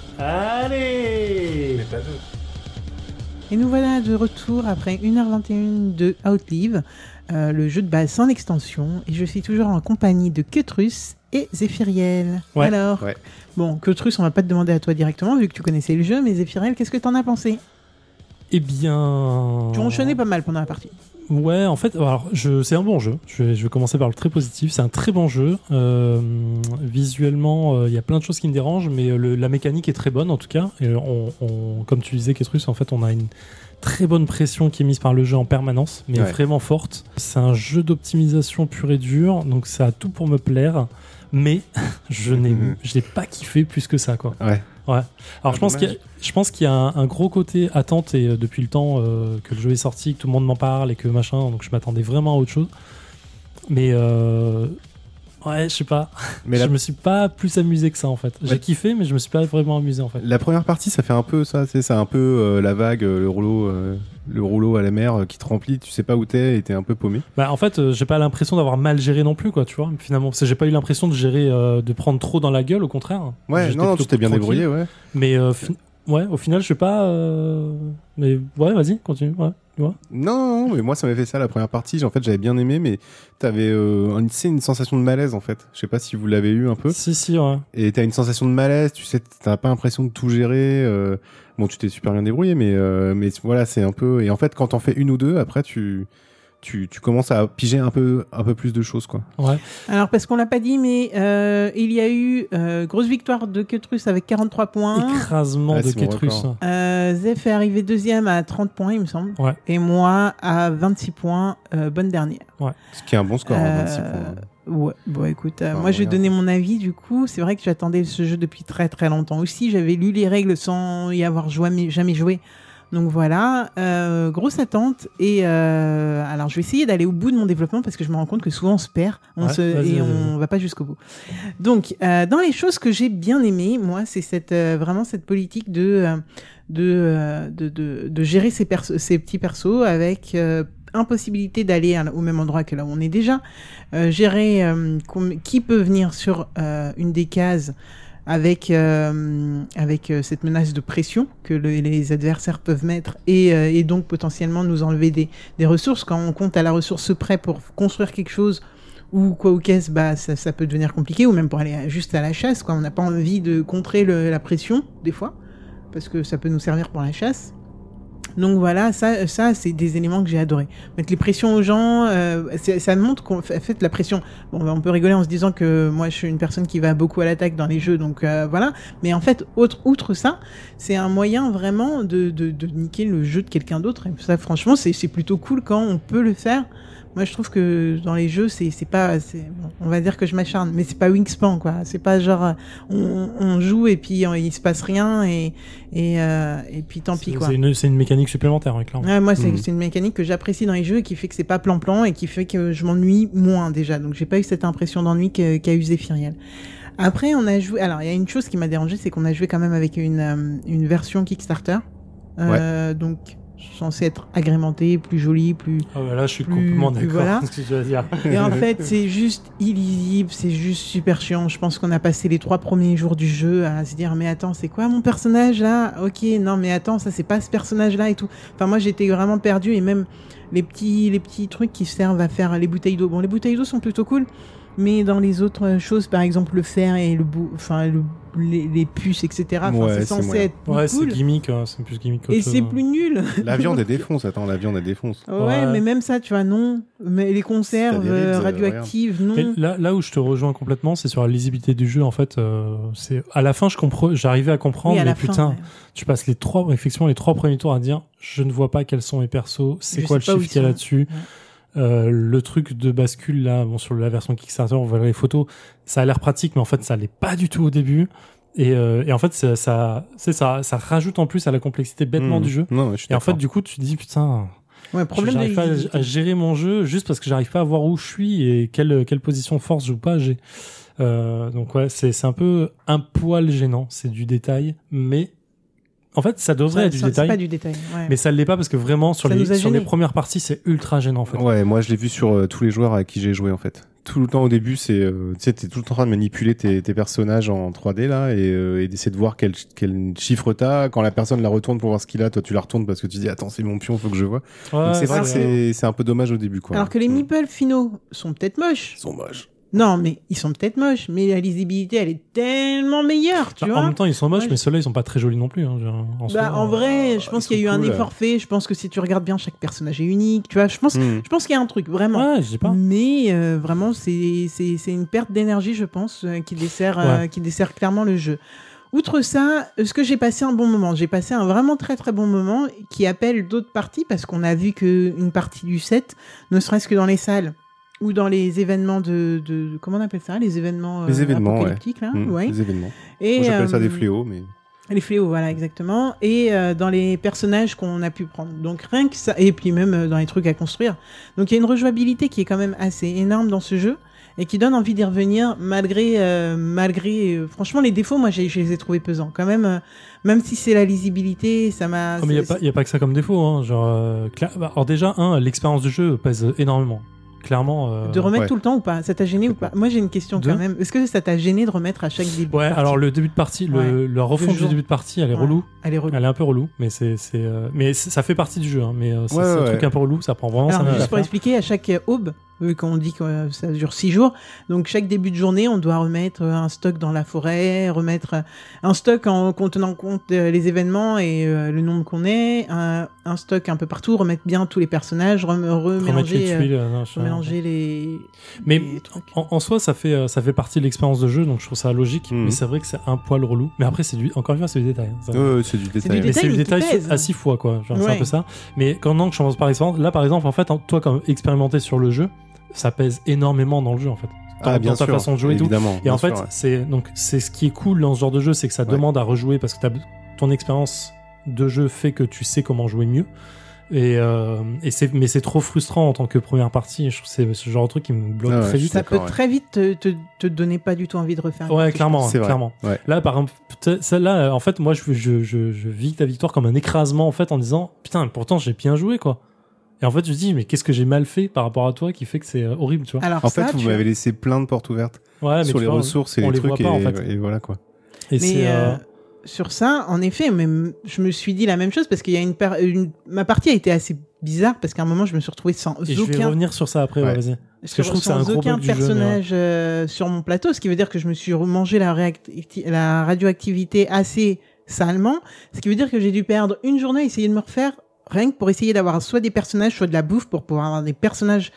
Speaker 2: Allez.
Speaker 3: Mais pas deux.
Speaker 1: Et nous voilà de retour après une heure vingt et un de Outlive, euh, le jeu de base sans extension, et je suis toujours en compagnie de Ketrus et Zéphiriel.
Speaker 2: Ouais.
Speaker 1: Alors,
Speaker 3: Ouais.
Speaker 1: bon, Ketrus, on va pas te demander à toi directement, vu que tu connaissais le jeu, mais Zéphiriel, qu'est-ce que t'en as pensé?
Speaker 2: Eh bien.
Speaker 1: Tu ronchonnais pas mal pendant la partie.
Speaker 2: Ouais, en fait, alors, je, c'est un bon jeu. Je vais, je vais commencer par le très positif. C'est un très bon jeu. Euh, visuellement, il y a plein de choses qui me dérangent, mais le- la mécanique est très bonne en tout cas. Et on, on- comme tu disais, Ketrus, en fait, on a une très bonne pression qui est mise par le jeu en permanence, mais
Speaker 3: Ouais.
Speaker 2: vraiment forte. C'est un jeu d'optimisation pur et dur, donc ça a tout pour me plaire. Mais je n'ai,
Speaker 3: Mhm.
Speaker 2: je n'ai pas kiffé plus que ça, quoi.
Speaker 3: Ouais.
Speaker 2: Ouais. Alors
Speaker 3: Ah,
Speaker 2: je pense qu'il y a,
Speaker 3: dommage.
Speaker 2: je pense qu'il y a un, un gros côté attente et euh, depuis le temps euh, que le jeu est sorti, que tout le monde m'en parle et que machin, donc je m'attendais vraiment à autre chose. Mais euh, Ouais, je sais pas.
Speaker 3: Mais
Speaker 2: je
Speaker 3: la...
Speaker 2: me suis pas plus amusé que ça en fait. J'ai
Speaker 3: Ouais.
Speaker 2: kiffé, mais je me suis pas vraiment amusé en fait.
Speaker 3: La première partie, ça fait un peu ça, c'est ça, un peu euh, la vague, euh, le rouleau, euh, le rouleau à la mer euh, qui te remplit. Tu sais pas où t'es et t'es un peu paumé.
Speaker 2: Bah en fait, euh, j'ai pas l'impression d'avoir mal géré non plus, quoi, tu vois. Finalement, parce que j'ai pas eu l'impression de gérer, euh, de prendre trop dans la gueule, au contraire.
Speaker 3: Ouais,
Speaker 2: J'étais
Speaker 3: non, non,
Speaker 2: plutôt
Speaker 3: tu t'es bien
Speaker 2: tranquille.
Speaker 3: débrouillé, ouais.
Speaker 2: Mais euh, fi- ouais, au final, je sais pas. Euh... Mais ouais, vas-y, continue. Ouais, tu vois.
Speaker 3: Non, non, mais moi ça m'avait fait ça la première partie. En fait, j'avais bien aimé, mais t'avais euh, une, c'est une sensation de malaise en fait. Je sais pas si vous l'avez eu un peu.
Speaker 2: Si, si, ouais.
Speaker 3: Et t'as une sensation de malaise. Tu sais, t'as pas l'impression de tout gérer. Euh... Bon, tu t'es super bien débrouillé, mais euh, mais voilà, c'est un peu. Et en fait, quand t'en fais une ou deux, après tu tu tu commences à piger un peu un peu plus de choses, quoi.
Speaker 2: Ouais.
Speaker 1: Alors, parce qu'on l'a pas dit, mais euh, il y a eu euh, grosse victoire de Ketrus avec quarante-trois points.
Speaker 2: Écrasement
Speaker 3: Ah,
Speaker 2: de
Speaker 3: c'est mon
Speaker 2: Ketrus.
Speaker 3: record.
Speaker 1: Euh, Zef est arrivé deuxième à trente points, il me semble.
Speaker 2: Ouais.
Speaker 1: Et moi à vingt-six points, euh, bonne dernière.
Speaker 3: Ce qui est un bon score, hein,
Speaker 1: Euh,
Speaker 3: vingt-six points.
Speaker 1: Ouais, bon écoute, euh,
Speaker 3: Enfin,
Speaker 1: moi je vais
Speaker 3: regarde.
Speaker 1: donner mon avis du coup. C'est vrai que j'attendais ce jeu depuis très très longtemps aussi. J'avais lu les règles sans y avoir joué, jamais joué. Donc voilà, euh, grosse attente. Et euh, alors je vais essayer d'aller au bout de mon développement parce que je me rends compte que souvent on se perd on
Speaker 2: Ouais,
Speaker 1: se,
Speaker 2: vas-y,
Speaker 1: et
Speaker 2: vas-y,
Speaker 1: on
Speaker 2: vas-y.
Speaker 1: va pas jusqu'au bout. Donc euh, dans les choses que j'ai bien aimées, moi c'est cette euh, vraiment cette politique de euh, de, euh, de de de gérer ces perso- ces petits persos avec euh, impossibilité d'aller à- au même endroit que là où on est déjà, euh, gérer euh, com- qui peut venir sur euh, une des cases avec euh, avec euh, cette menace de pression que le- les adversaires peuvent mettre et, euh, et donc potentiellement nous enlever des, des ressources quand on compte à la ressource près pour construire quelque chose ou quoi ou qu'est-ce, bah ça, ça peut devenir compliqué ou même pour aller à- juste à la chasse quoi. On n'a pas envie de contrer le, la pression des fois parce que ça peut nous servir pour la chasse. Donc voilà, ça, ça c'est des éléments que j'ai adoré. Mettre les pressions aux gens, euh, c'est- ça montre qu'on fait, fait la pression. Bon, on peut rigoler en se disant que moi je suis une personne qui va beaucoup à l'attaque dans les jeux, donc euh, voilà. Mais en fait, autre, outre ça, c'est un moyen vraiment de, de, de niquer le jeu de quelqu'un d'autre. Et ça, franchement, c'est c'est plutôt cool quand on peut le faire. Moi, je trouve que dans les jeux, c'est c'est pas, c'est, bon, on va dire que je m'acharne, mais c'est pas Wingspan quoi. C'est pas genre on, on joue et puis on, il se passe rien et et euh, et puis tant pis
Speaker 2: C'est
Speaker 1: quoi.
Speaker 2: c'est une, c'est une mécanique supplémentaire, ouais, clairement.
Speaker 1: Ouais, moi, c'est
Speaker 3: Mhm.
Speaker 1: c'est une mécanique que j'apprécie dans les jeux et qui fait que c'est pas plan-plan et qui fait que je m'ennuie moins déjà. Donc, j'ai pas eu cette impression d'ennui que- qu'a eu Zéphiriel. Après, on a joué. Alors, il y a une chose qui m'a dérangé, c'est qu'on a joué quand même avec une, euh, une version Kickstarter. Euh, Donc, censée être agrémentée, plus jolie, plus.
Speaker 2: Ah ouais, là, je suis
Speaker 1: Plus-
Speaker 2: complètement
Speaker 1: plus
Speaker 2: d'accord
Speaker 1: voilà.
Speaker 2: avec ce que tu vas dire.
Speaker 1: Et en fait, c'est juste illisible, c'est juste super chiant. Je pense qu'on a passé les trois premiers jours du jeu à se dire mais attends, c'est quoi mon personnage là? Ok, non mais attends, ça c'est pas ce personnage là et tout. Enfin moi j'étais vraiment perdu et même les petits les petits trucs qui servent à faire les bouteilles d'eau. Bon, les bouteilles d'eau sont plutôt cool, mais dans les autres choses, par exemple le fer et le bout, enfin le, les, les puces, et cetera. Enfin,
Speaker 3: Ouais,
Speaker 1: c'est
Speaker 3: c'est
Speaker 1: censé
Speaker 3: moyen.
Speaker 1: être plus
Speaker 2: Ouais,
Speaker 1: cool.
Speaker 2: c'est gimmick, hein, c'est plus gimmick qu'autre
Speaker 1: Et
Speaker 2: chose,
Speaker 1: c'est
Speaker 2: hein.
Speaker 1: plus nul.
Speaker 3: La viande elle défonce, attends, la viande elle défonce.
Speaker 1: Ouais,
Speaker 2: Ouais.
Speaker 1: mais même ça, tu vois, non. Mais les conserves
Speaker 3: T'as des ribs,
Speaker 1: euh,
Speaker 3: euh,
Speaker 1: radioactives, non.
Speaker 2: Mais là, là où je te rejoins complètement, c'est sur la lisibilité du jeu. En fait, euh, c'est à la fin, je comprends, j'arrivais à comprendre,
Speaker 1: Oui, à
Speaker 2: mais
Speaker 1: la fin,
Speaker 2: putain,
Speaker 1: ouais.
Speaker 2: tu passes les trois, effectivement, les trois premiers tours à dire, je ne vois pas quels sont mes persos, c'est
Speaker 1: Je
Speaker 2: quoi le
Speaker 1: sais pas où
Speaker 2: chiffre qu'il y a
Speaker 1: ils sont.
Speaker 2: là-dessus. Euh, le truc de bascule là, bon, sur la version Kickstarter, on voit les photos, ça a l'air pratique, mais en fait, ça l'est pas du tout au début. Et, euh, et en fait, ça, ça, c'est ça, ça rajoute en plus à la complexité bêtement
Speaker 3: Mmh.
Speaker 2: du jeu.
Speaker 3: Non, je suis
Speaker 2: Et en fait,
Speaker 3: d'accord.
Speaker 2: du coup, tu te dis putain,
Speaker 1: Ouais, problème de
Speaker 2: j'arrive pas à,
Speaker 1: lisibilité.
Speaker 2: à gérer mon jeu juste parce que j'arrive pas à voir où je suis et quelle, quelle position force je joue pas. J'ai, euh, donc ouais, c'est, c'est un peu un poil gênant. C'est du détail, mais en fait, ça devrait
Speaker 1: Ça-
Speaker 2: être du
Speaker 1: ça-
Speaker 2: détail,
Speaker 1: C'est pas du détail. Ouais.
Speaker 2: mais ça l'est pas parce que vraiment sur
Speaker 1: Ça
Speaker 2: les
Speaker 1: nous a
Speaker 2: sur les
Speaker 1: gênés.
Speaker 2: premières parties, c'est ultra gênant en fait.
Speaker 3: Ouais, moi je l'ai vu sur euh, tous les joueurs à qui j'ai joué en fait. Tout le temps au début, c'est euh, tu sais, t'es tout le temps en train de manipuler tes, tes personnages en trois D là et, euh, et d'essayer de voir quel, quel chiffre t'as. Quand la personne la retourne pour voir ce qu'il a, toi tu la retournes parce que tu dis attends c'est mon pion, faut que je vois.
Speaker 2: Ouais,
Speaker 3: Donc c'est vrai que
Speaker 2: euh,
Speaker 3: c'est c'est un peu dommage au début quoi.
Speaker 1: Alors que les
Speaker 3: Mm.
Speaker 1: meeples finaux sont peut-être moches.
Speaker 3: Ils sont moches.
Speaker 1: Non, mais ils sont peut-être moches, mais la lisibilité, elle est tellement meilleure, tu
Speaker 2: bah,
Speaker 1: vois.
Speaker 2: en même temps, ils sont moches,
Speaker 1: Ouais,
Speaker 2: mais
Speaker 1: je-
Speaker 2: ceux-là, ils sont pas très jolis non plus. Hein, je- en
Speaker 1: Bah,
Speaker 2: soi,
Speaker 1: en
Speaker 2: euh,
Speaker 1: vrai, je
Speaker 3: ils
Speaker 1: pense qu'il y a eu
Speaker 3: sont
Speaker 1: un
Speaker 3: cool,
Speaker 1: effort fait. Je pense que si tu regardes bien, chaque personnage est unique. Tu vois, je pense,
Speaker 3: Mm.
Speaker 1: je pense qu'il y a un truc vraiment.
Speaker 2: ouais, je dis pas.
Speaker 1: Mais euh, vraiment, c'est c'est c'est une perte d'énergie, je pense, euh, qui dessert euh,
Speaker 2: Ouais.
Speaker 1: qui dessert clairement le jeu. Outre ça, est-ce que j'ai passé un bon moment? J'ai passé un vraiment très très bon moment qui appelle d'autres parties parce qu'on a vu que une partie du set, ne serait-ce que dans les salles ou dans les événements de, de, de- comment on appelle ça, les événements euh,
Speaker 3: Les événements, ouais.
Speaker 1: apocalyptiques là,
Speaker 3: Mm.
Speaker 1: ouais.
Speaker 3: Les événements.
Speaker 1: Et
Speaker 3: Moi j'appelle ça
Speaker 1: euh,
Speaker 3: des fléaux, mais
Speaker 1: les fléaux, voilà, exactement. Et euh, dans les personnages qu'on a pu prendre. Donc rien que ça, et puis même euh, dans les trucs à construire. Donc il y a une rejouabilité qui est quand même assez énorme dans ce jeu. et qui donne envie d'y revenir malgré, euh, malgré, euh, franchement, les défauts, moi, j'ai, je les ai trouvés pesants. Quand même, euh, même si c'est la lisibilité, ça m'a.
Speaker 2: Oh, mais il
Speaker 1: c'est-
Speaker 2: n'y a, a pas que ça comme défaut. Hein. Genre, euh, cla- bah, alors déjà, un, l'expérience du jeu pèse énormément. Clairement. euh,
Speaker 1: De remettre
Speaker 3: ouais.
Speaker 1: tout le temps ou pas? Ça t'a gêné ou pas? Moi, j'ai une question
Speaker 2: De
Speaker 1: quand même. Est-ce que ça t'a gêné de remettre à chaque début
Speaker 2: Ouais,
Speaker 1: de partie?
Speaker 2: alors le début de partie, le,
Speaker 1: Ouais.
Speaker 2: la refonte
Speaker 1: Le
Speaker 2: du
Speaker 1: jour.
Speaker 2: début de partie, elle est
Speaker 1: Ouais.
Speaker 2: relou.
Speaker 1: Elle est relou.
Speaker 2: Elle est un peu relou, mais c'est, c'est, euh, mais c'est- ça fait partie du jeu. Hein, mais euh, c'est,
Speaker 3: Ouais,
Speaker 2: c'est un
Speaker 3: ouais,
Speaker 2: truc
Speaker 3: ouais.
Speaker 2: un peu relou, ça prend vraiment
Speaker 1: Alors,
Speaker 2: sa minutes
Speaker 1: juste
Speaker 2: à
Speaker 1: pour
Speaker 2: faire.
Speaker 1: expliquer, à chaque euh, aube, vu qu'on dit que euh, ça dure six jours, donc chaque début de journée, on doit remettre euh, un stock dans la forêt, remettre euh, un stock en, en tenant compte euh, les événements et euh, le nombre qu'on est, un, un stock un peu partout, remettre bien tous les personnages, rem-
Speaker 2: Remettre les
Speaker 1: remélanger, euh,
Speaker 2: tuiles, euh, non, je-
Speaker 1: remélanger les,
Speaker 2: Mais
Speaker 1: les trucs.
Speaker 2: En, en soi, ça fait, euh, ça fait partie de l'expérience de jeu, donc je trouve ça logique.
Speaker 3: Mhm.
Speaker 2: Mais c'est vrai que c'est un poil relou. Mais après, c'est du, encore une fois, c'est du détail. hein. Ça-
Speaker 3: Ouais, ouais, c'est du détail.
Speaker 1: du
Speaker 2: mais
Speaker 1: détail,
Speaker 2: c'est du
Speaker 1: mais qui
Speaker 2: détail
Speaker 1: pèse.
Speaker 2: sur- à six fois, quoi. Genre, C'est un
Speaker 1: Ouais.
Speaker 2: peu ça. Mais quand non, je commence par l'expérience. Là, par exemple, en fait, en- toi, comme expérimenté sur le jeu, ça pèse énormément dans le jeu, en fait. Dans,
Speaker 3: Ah, bien
Speaker 2: dans ta
Speaker 3: sûr,
Speaker 2: façon de jouer et tout.
Speaker 3: évidemment.
Speaker 2: Et
Speaker 3: bien
Speaker 2: en fait,
Speaker 3: sûr, ouais.
Speaker 2: c'est donc c'est ce qui est cool dans ce genre de jeu, c'est que ça
Speaker 3: Ouais.
Speaker 2: demande à rejouer parce que t'as- ton expérience de jeu fait que tu sais comment jouer mieux. Et, euh, et c'est mais c'est trop frustrant en tant que première partie. Et je trouve que c'est ce genre de truc qui me bloque
Speaker 3: Ah ouais,
Speaker 2: très
Speaker 3: je
Speaker 2: vite.
Speaker 3: suis
Speaker 1: Ça peut
Speaker 3: d'accord, ouais.
Speaker 1: très vite te, te, te donner pas du tout envie de refaire. une
Speaker 2: Ouais,
Speaker 1: partie,
Speaker 2: clairement,
Speaker 3: C'est vrai.
Speaker 2: clairement.
Speaker 3: Ouais.
Speaker 2: Là, par exemple, peut-être- celle-là, en fait, moi, je, je, je, je vis ta victoire comme un écrasement, en fait, en disant, putain, pourtant, j'ai bien joué, quoi. Et en fait, je me dis, mais qu'est-ce que j'ai mal fait par rapport à toi qui fait que c'est euh, horrible, tu vois.
Speaker 1: Alors
Speaker 3: En
Speaker 1: ça,
Speaker 3: fait, vous
Speaker 1: tu-
Speaker 3: m'avez laissé plein de portes ouvertes
Speaker 2: Ouais, mais
Speaker 3: sur
Speaker 2: tu
Speaker 3: les
Speaker 2: vois,
Speaker 3: ressources et
Speaker 2: on
Speaker 3: les
Speaker 2: les voit
Speaker 3: trucs
Speaker 2: pas,
Speaker 3: et,
Speaker 2: en fait.
Speaker 3: et voilà quoi.
Speaker 2: Et
Speaker 1: Mais
Speaker 2: c'est, euh,
Speaker 1: euh, sur ça, en effet, même je me suis dit la même chose parce qu'il y a une, per- une- ma partie a été assez bizarre parce qu'à un moment je me suis retrouvée sans
Speaker 2: et je vais
Speaker 1: aucun
Speaker 2: revenir sur ça après, ouais,
Speaker 3: Ouais.
Speaker 2: vas-y. Parce que je
Speaker 1: sur-
Speaker 2: trouve que c'est
Speaker 1: sans
Speaker 2: un gros
Speaker 1: aucun
Speaker 2: bug du jeu, mais
Speaker 1: personnage euh, sur mon plateau, ce qui veut dire que je me suis remangé la, réacti- la radioactivité assez salement, ce qui veut dire que j'ai dû perdre une journée à essayer de me refaire rien que pour essayer d'avoir soit des personnages, soit de la bouffe pour pouvoir avoir des personnages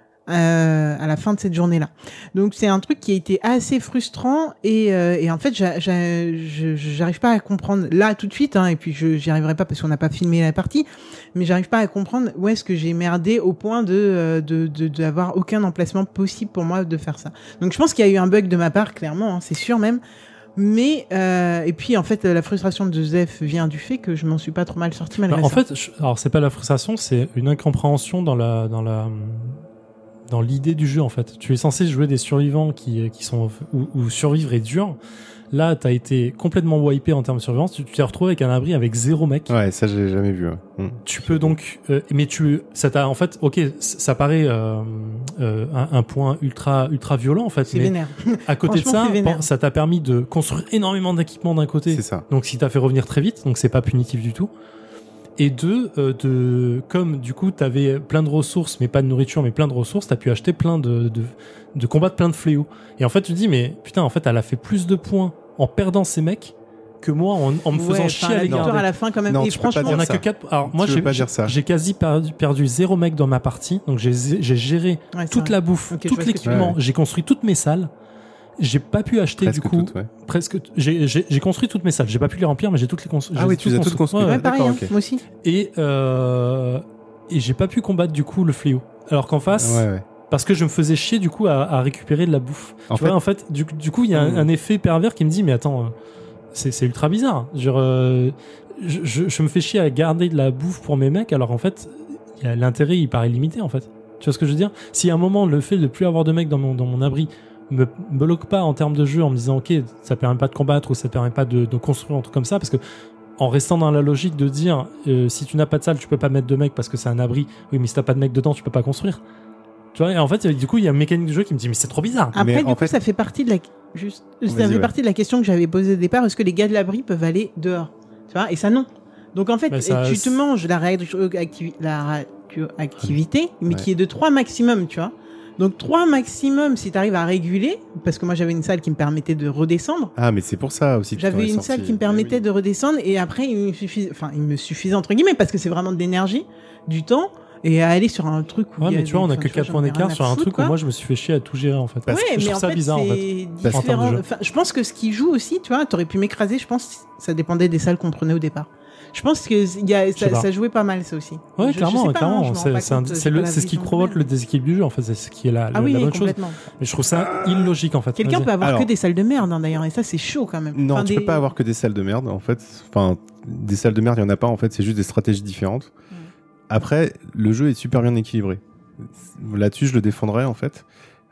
Speaker 1: euh, à la fin de cette journée-là. Donc c'est un truc qui a été assez frustrant et, euh, et en fait j'a- j'a- je- j'arrive pas à comprendre là tout de suite hein, et puis je j'y arriverai pas parce qu'on n'a pas filmé la partie, mais j'arrive pas à comprendre où est-ce que j'ai merdé au point de euh, de de d'avoir aucun emplacement possible pour moi de faire ça. Donc je pense qu'il y a eu un bug de ma part clairement, hein, c'est sûr même. Mais euh, et puis en fait la frustration de Zef vient du fait que je m'en suis pas trop mal sorti malgré
Speaker 2: Bah, en
Speaker 1: ça.
Speaker 2: fait, je- alors c'est pas la frustration, c'est une incompréhension dans la dans la dans l'idée du jeu en fait. Tu es censé jouer des survivants qui qui sont où, où survivre est dur. Là, t'as été complètement wipé en termes de survivance. Tu tu t'es retrouvé avec un abri avec zéro mec.
Speaker 3: Ouais, ça j'ai jamais vu. ouais. Mm.
Speaker 2: Tu peux donc, euh, mais tu, ça t'a en fait, ok, c- ça paraît euh, euh, un, un point ultra ultra violent en fait,
Speaker 1: C'est
Speaker 2: mais
Speaker 1: vénère.
Speaker 2: à côté de
Speaker 1: Franchement,
Speaker 2: ça,
Speaker 1: c'est vénère.
Speaker 2: bon, ça t'a permis de construire énormément d'équipements d'un côté.
Speaker 3: C'est ça.
Speaker 2: Donc, si t'as fait revenir très vite, donc c'est pas punitif du tout. Et deux, euh, de, comme du coup t'avais plein de ressources, mais pas de nourriture, mais plein de ressources, t'as pu acheter plein de, de, de combattre plein de fléaux. Et en fait, tu te dis, mais putain, en fait, elle a fait plus de points en perdant ses mecs que moi en, en me
Speaker 1: Ouais,
Speaker 2: faisant
Speaker 1: enfin,
Speaker 2: chier
Speaker 1: la
Speaker 2: à les
Speaker 1: victoire
Speaker 2: garder.
Speaker 1: à la fin quand même.
Speaker 3: Non,
Speaker 1: et
Speaker 3: tu peux pas
Speaker 1: franchement,
Speaker 2: On a
Speaker 3: ça.
Speaker 2: que quatre. Alors moi,
Speaker 3: Tu
Speaker 2: j'ai
Speaker 3: veux pas
Speaker 2: j'ai-
Speaker 3: dire ça.
Speaker 2: j'ai quasi perdu, perdu zéro mec dans ma partie. Donc j'ai j'ai géré
Speaker 1: ouais, c'est
Speaker 2: toute
Speaker 1: vrai.
Speaker 2: la bouffe,
Speaker 1: Ok, je
Speaker 2: tout
Speaker 1: vois ce que tu
Speaker 2: l'équipement.
Speaker 3: veux dire.
Speaker 2: J'ai construit toutes mes salles. J'ai pas pu acheter
Speaker 3: Presque
Speaker 2: du coup
Speaker 3: toutes, ouais.
Speaker 2: presque. t- J'ai j'ai- j'ai construit toutes mes salles. J'ai pas pu les remplir, mais j'ai toutes les construites.
Speaker 3: Ah oui, tu les as toutes construites.
Speaker 1: Ouais, pareil,
Speaker 3: D'accord,
Speaker 1: hein,
Speaker 3: ok.
Speaker 1: moi aussi.
Speaker 2: Et euh, et j'ai pas pu combattre du coup le fléau. Alors qu'en face,
Speaker 3: Ouais, ouais.
Speaker 2: parce que je me faisais chier du coup à, à récupérer de la bouffe.
Speaker 3: En
Speaker 2: tu
Speaker 3: fait-
Speaker 2: vois, en fait, du, du coup, il y a un,
Speaker 3: Mm.
Speaker 2: un effet pervers qui me dit, mais attends, euh, c'est c'est ultra bizarre. Genre, euh, je, je, je me fais chier à garder de la bouffe pour mes mecs, alors en fait, il y a- l'intérêt, il paraît limité en fait. Tu vois ce que je veux dire? Si à un moment, le fait de plus avoir de mecs dans mon, dans mon abri me bloque pas en termes de jeu en me disant, ok, ça permet pas de combattre ou ça permet pas de, de construire un truc comme ça, parce que en restant dans la logique de dire, euh, si tu n'as pas de salle, tu peux pas mettre de mecs parce que c'est un abri. Oui, mais si t'as pas de mecs dedans, tu peux pas construire. Tu vois, et en fait, du coup, il y a une mécanique de jeu qui me dit, mais c'est trop bizarre.
Speaker 1: Après,
Speaker 3: Mais
Speaker 1: du
Speaker 3: en
Speaker 1: coup,
Speaker 3: fait-
Speaker 1: ça fait partie de la juste, ça
Speaker 3: Vas-y,
Speaker 1: fait
Speaker 3: ouais.
Speaker 1: partie de la question que j'avais posée au départ. Est-ce que les gars de l'abri peuvent aller dehors? Tu vois? Et ça, non. Donc en fait,
Speaker 2: Mais ça-
Speaker 1: tu te manges la radioactivité, la radioactivité, mais
Speaker 3: Ouais.
Speaker 1: qui est de trois maximum, tu vois. Donc trois maximum si tu arrives à réguler, parce que moi j'avais une salle qui me permettait de redescendre.
Speaker 3: Ah, mais c'est pour ça aussi. que t'en
Speaker 1: J'avais
Speaker 3: es
Speaker 1: une
Speaker 3: sorti.
Speaker 1: salle qui me
Speaker 3: Eh
Speaker 1: permettait
Speaker 3: oui.
Speaker 1: de redescendre et après il me suffisait, enfin il me suffisait entre guillemets parce que c'est vraiment de l'énergie, du temps et à aller sur un truc où
Speaker 2: Ouais,
Speaker 1: il y a
Speaker 2: mais tu vois,
Speaker 1: des-
Speaker 2: on a
Speaker 1: enfin,
Speaker 2: que
Speaker 1: tu vois,
Speaker 2: quatre points
Speaker 1: j'en ai
Speaker 2: d'écart
Speaker 1: rien à
Speaker 2: sur un
Speaker 1: foutre,
Speaker 2: truc où
Speaker 1: quoi.
Speaker 2: moi je me suis fait chier à tout gérer en fait.
Speaker 3: Parce
Speaker 1: Ouais,
Speaker 2: je
Speaker 1: mais
Speaker 2: trouve
Speaker 1: en
Speaker 2: ça
Speaker 1: fait,
Speaker 2: bizarre en fait.
Speaker 1: c'est
Speaker 3: Parce-
Speaker 2: en termes de
Speaker 1: différent.
Speaker 2: jeu.
Speaker 1: Enfin, je pense que ce qui joue aussi, tu vois, t'aurais pu m'écraser, je pense, ça dépendait des salles qu'on prenait au départ. Je pense que il y a,
Speaker 2: sais
Speaker 1: ça,
Speaker 2: pas.
Speaker 1: ça jouait pas mal, ça aussi.
Speaker 2: Ouais,
Speaker 1: Je- je
Speaker 2: clairement,
Speaker 1: sais pas, hein,
Speaker 2: clairement.
Speaker 1: je m'en
Speaker 2: c'est
Speaker 1: rends pas
Speaker 2: c'est un-
Speaker 1: compte,
Speaker 2: c'est
Speaker 1: j'ai
Speaker 2: le-
Speaker 1: pas la
Speaker 2: c'est ce qui
Speaker 1: vision
Speaker 2: provoque
Speaker 1: globale.
Speaker 2: le déséquilibre du jeu en fait. C'est ce qui est la,
Speaker 1: Ah
Speaker 2: la-
Speaker 1: oui,
Speaker 2: la
Speaker 1: oui,
Speaker 2: bonne chose.
Speaker 1: complètement.
Speaker 2: Mais je trouve ça illogique en fait.
Speaker 1: Quelqu'un
Speaker 2: Vas-y.
Speaker 1: peut avoir
Speaker 3: Alors-
Speaker 1: que des salles de merde, hein, d'ailleurs, et ça, c'est chaud quand même.
Speaker 3: Non,
Speaker 1: Enfin,
Speaker 3: tu
Speaker 1: des-
Speaker 3: peux pas avoir que des salles de merde, en fait. Enfin, des salles de merde, il y en a pas, en fait. C'est juste des stratégies différentes. Après, le jeu est super bien équilibré. Là-dessus, je le défendrais, en fait.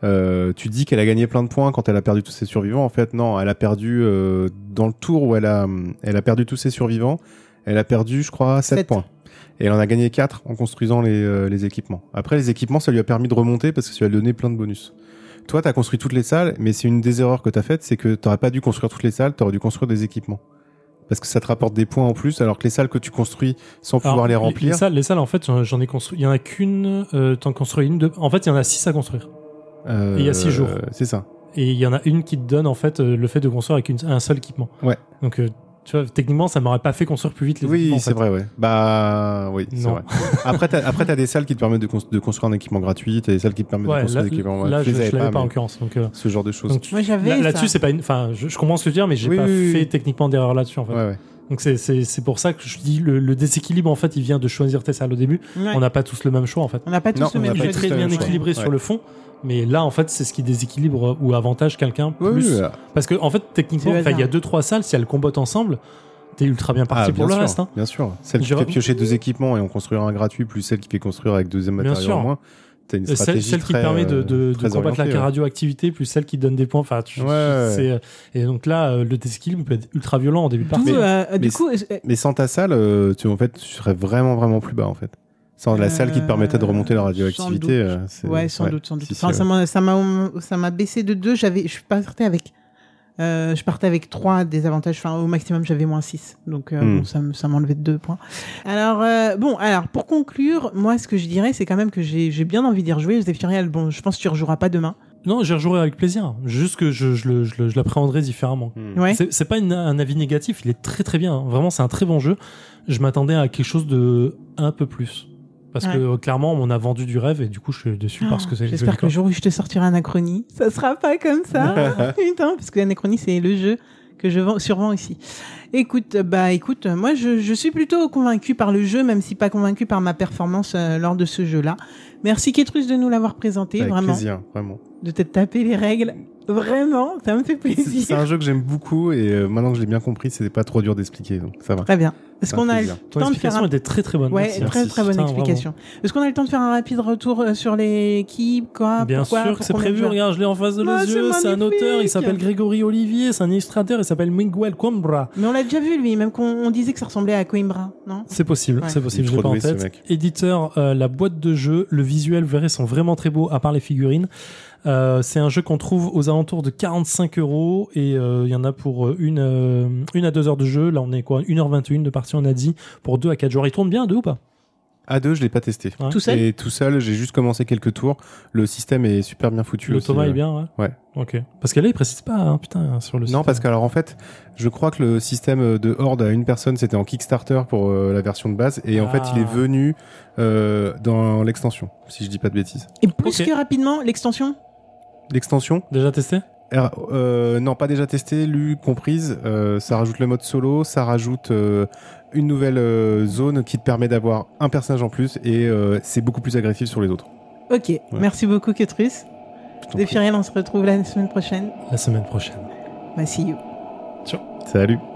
Speaker 3: Euh, tu dis qu'elle a gagné plein de points quand elle a perdu tous ses survivants. En fait, non, elle a perdu euh, dans le tour où elle a, elle a perdu tous ses survivants. Elle a perdu, je crois, sept points. Et elle en a gagné quatre en construisant les, euh, les équipements. Après, les équipements, ça lui a permis de remonter parce que ça lui a donné plein de bonus. Toi, t'as construit toutes les salles, mais c'est une des erreurs que t'as faites, c'est que t'aurais pas dû construire toutes les salles, t'aurais dû construire des équipements. Parce que ça te rapporte des points en plus, alors que les salles que tu construis sans pouvoir
Speaker 2: Alors,
Speaker 3: les remplir.
Speaker 2: Les salles, les salles, en fait, j'en, j'en ai construit. Il y en a qu'une. Euh, t'en construis une. Deux. En fait, il y en a six à construire.
Speaker 3: Euh,
Speaker 2: Et il y a six jours.
Speaker 3: C'est ça.
Speaker 2: Et il y en a une qui te donne en fait euh, le fait de construire avec une, un seul équipement.
Speaker 3: Ouais.
Speaker 2: Donc euh, tu vois, techniquement, ça m'aurait pas fait construire plus vite les
Speaker 3: Oui,
Speaker 2: équipements.
Speaker 3: c'est
Speaker 2: en fait.
Speaker 3: vrai, ouais. Bah, oui, c'est
Speaker 2: Non.
Speaker 3: vrai. Après, t'as, après, t'as des salles qui te permettent de, cons- de construire un équipement gratuit, t'as des salles qui te permettent
Speaker 2: Ouais,
Speaker 3: de construire
Speaker 2: là,
Speaker 3: des équipements.
Speaker 2: là,
Speaker 3: je
Speaker 2: je,
Speaker 3: les avais
Speaker 2: je l'avais pas, en
Speaker 3: mais
Speaker 2: l'occurrence. Donc, euh,
Speaker 3: ce genre de choses.
Speaker 2: donc,
Speaker 1: Moi, j'avais
Speaker 2: là,
Speaker 1: ça.
Speaker 2: là-dessus, c'est pas une. Enfin, je, je comprends ce que tu veux dire, mais j'ai
Speaker 3: Oui,
Speaker 2: pas
Speaker 3: oui, oui.
Speaker 2: fait techniquement d'erreur là-dessus en fait.
Speaker 3: Ouais, ouais.
Speaker 2: Donc c'est c'est c'est pour ça que je dis le, le déséquilibre en fait, il vient de choisir tes salles au début.
Speaker 1: Ouais.
Speaker 2: On n'a pas tous le même choix en fait.
Speaker 1: On n'a pas tous
Speaker 3: Non,
Speaker 1: le
Speaker 3: on
Speaker 1: même
Speaker 3: n'a
Speaker 2: Il
Speaker 3: pas
Speaker 2: est
Speaker 1: jeu.
Speaker 2: très
Speaker 3: tous le
Speaker 2: bien
Speaker 3: même choix.
Speaker 2: équilibré
Speaker 3: Ouais.
Speaker 2: sur le fond, mais là en fait, c'est ce qui déséquilibre ou avantage quelqu'un
Speaker 3: Oui,
Speaker 2: plus.
Speaker 3: oui, ouais.
Speaker 2: Parce que en fait, techniquement,
Speaker 1: C'est le
Speaker 2: enfin, il y a
Speaker 1: hasard.
Speaker 2: deux trois salles, si elles combattent ensemble, t'es ultra bien parti
Speaker 3: Ah,
Speaker 2: pour
Speaker 3: bien
Speaker 2: le
Speaker 3: sûr,
Speaker 2: reste. Hein.
Speaker 3: Bien sûr. Celle qui
Speaker 2: J'ai-
Speaker 3: fait piocher deux équipements et en construire un gratuit, plus celle qui fait construire avec deuxième
Speaker 2: Bien
Speaker 3: matériau
Speaker 2: sûr.
Speaker 3: en moins. T'as une
Speaker 2: Euh,
Speaker 3: stratégie
Speaker 2: Celle, celle qui
Speaker 3: très,
Speaker 2: permet de,
Speaker 3: euh,
Speaker 2: de, de
Speaker 3: très
Speaker 2: combattre
Speaker 3: orientée,
Speaker 2: la
Speaker 3: ouais.
Speaker 2: radioactivité, plus celle qui donne des points. Enfin, tu-
Speaker 3: Ouais, ouais,
Speaker 2: c'est, euh, et donc là, euh, le déséquilibre peut être ultra violent en début de
Speaker 1: D'où,
Speaker 2: partie.
Speaker 1: euh,
Speaker 3: mais
Speaker 1: du
Speaker 3: c'est-
Speaker 1: coup, euh,
Speaker 3: Mais sans ta salle, euh, tu, en fait, tu serais vraiment, vraiment plus bas, en fait. Sans la salle qui te permettait de remonter la
Speaker 1: sans
Speaker 3: radioactivité.
Speaker 1: doute.
Speaker 3: euh, c'est-
Speaker 1: ouais, sans doute, sans doute.
Speaker 3: Si, si,
Speaker 1: Enfin,
Speaker 3: ouais.
Speaker 1: ça m'a, ça m'a, ça m'a baissé de deux. J'avais, je partais avec, euh, je partais avec trois désavantages. Enfin, au maximum, j'avais moins six. Donc, euh,
Speaker 3: Hmm.
Speaker 1: bon, ça, me- ça m'enlevait de deux points. Alors, euh, bon, alors, pour conclure, moi, ce que je dirais, c'est quand même que j'ai, j'ai bien envie d'y rejouer. Zéphiriel, bon, je pense que tu rejoueras pas demain.
Speaker 2: Non, j'y rejouerai avec plaisir. Juste que je, je, le- je, le- je l'appréhenderai différemment.
Speaker 3: Hmm.
Speaker 1: Ouais.
Speaker 2: C'est, c'est pas une- un avis négatif, il est très très bien. hein. Vraiment, c'est un très bon jeu. Je m'attendais à quelque chose de un peu plus. Parce
Speaker 1: Ouais.
Speaker 2: que euh, clairement, on a vendu du rêve et du coup, je suis dessus parce que c'est
Speaker 1: J'espère
Speaker 2: joli,
Speaker 1: que le jour où je te sortirai Anachronie, ça sera pas comme ça. Putain, parce que Anachronie, c'est le jeu que je vends, survends ici. Écoute, bah écoute, moi je, je suis plutôt convaincu par le jeu, même si pas convaincu par ma performance euh, lors de ce jeu-là. Merci Kétrus de nous l'avoir présenté,
Speaker 3: Avec
Speaker 1: vraiment,
Speaker 3: plaisir, vraiment.
Speaker 1: de t'être tapé les règles. Vraiment, ça me fait
Speaker 3: C'est c'est
Speaker 1: plaisir.
Speaker 3: un jeu que j'aime beaucoup et euh, maintenant que je l'ai bien compris, c'était pas trop dur d'expliquer, donc ça va.
Speaker 1: Très bien. Est-ce
Speaker 3: Ça
Speaker 1: qu'on
Speaker 3: fait
Speaker 1: a le
Speaker 3: plaisir.
Speaker 2: Ton
Speaker 1: temps de faire
Speaker 2: explication
Speaker 1: un...
Speaker 2: était très très bonne.
Speaker 1: Ouais,
Speaker 2: Merci.
Speaker 1: très très bonne
Speaker 2: Putain,
Speaker 1: explication. Est-ce qu'on a le temps de faire un rapide retour euh, sur l'équipe, quoi?
Speaker 2: Bien
Speaker 1: Pourquoi,
Speaker 2: sûr que
Speaker 1: pour
Speaker 2: c'est
Speaker 1: combien de
Speaker 2: prévu,
Speaker 1: joueurs
Speaker 2: regarde, je l'ai en face de
Speaker 1: Ah,
Speaker 2: les
Speaker 1: c'est
Speaker 2: yeux, c'est un
Speaker 1: magnifique.
Speaker 2: auteur, il s'appelle Grégory Olivier, c'est un illustrateur, il s'appelle Miguel Coimbra.
Speaker 1: Mais on l'a déjà vu lui, même qu'on on disait que ça ressemblait à Coimbra, non?
Speaker 2: C'est possible,
Speaker 1: Ouais.
Speaker 2: c'est possible,
Speaker 3: Il est
Speaker 2: je l'ai
Speaker 3: trop
Speaker 2: pas en
Speaker 3: doué, ce
Speaker 2: tête.
Speaker 3: mec.
Speaker 2: Éditeur, euh, la boîte de jeu, le visuel, vous verrez, sont vraiment très beaux, à part les figurines. Euh, c'est un jeu qu'on trouve aux alentours de quarante-cinq euros et euh, il y en a pour euh, une, euh, une à deux heures de jeu. Là, on est quoi, une heure vingt et une de partie, on a dit, pour deux à quatre joueurs. Il tourne bien, deux ou pas?
Speaker 3: A deux, je l'ai pas testé.
Speaker 2: Ouais.
Speaker 1: Tout seul?
Speaker 3: Et tout seul, j'ai juste commencé quelques tours. Le système est super bien foutu.
Speaker 2: Le
Speaker 3: aussi,
Speaker 2: Thomas
Speaker 3: euh.
Speaker 2: est bien, ouais.
Speaker 3: Ouais.
Speaker 2: Ok. Parce que là, il précise pas, hein, putain, sur le site.
Speaker 3: Non, parce que alors en fait, je crois que le système de horde à une personne, c'était en Kickstarter pour euh, la version de base, et en
Speaker 2: Ah.
Speaker 3: fait, il est venu euh, dans l'extension, si je dis pas de bêtises.
Speaker 1: Et plus
Speaker 2: Ok.
Speaker 1: que rapidement, l'extension?
Speaker 3: L'extension,
Speaker 2: Déjà testé?
Speaker 3: R- euh, non, pas déjà testé, lu, comprise. Euh, ça rajoute le mode solo, ça rajoute euh, une nouvelle euh, zone qui te permet d'avoir un personnage en plus, et euh, c'est beaucoup plus agressif sur les autres.
Speaker 1: Ok, merci beaucoup Kétrus.
Speaker 3: Je t'en prie.
Speaker 1: Zéphiriel, on se retrouve la semaine prochaine.
Speaker 2: La semaine prochaine.
Speaker 1: Bah, see you.
Speaker 3: Salut.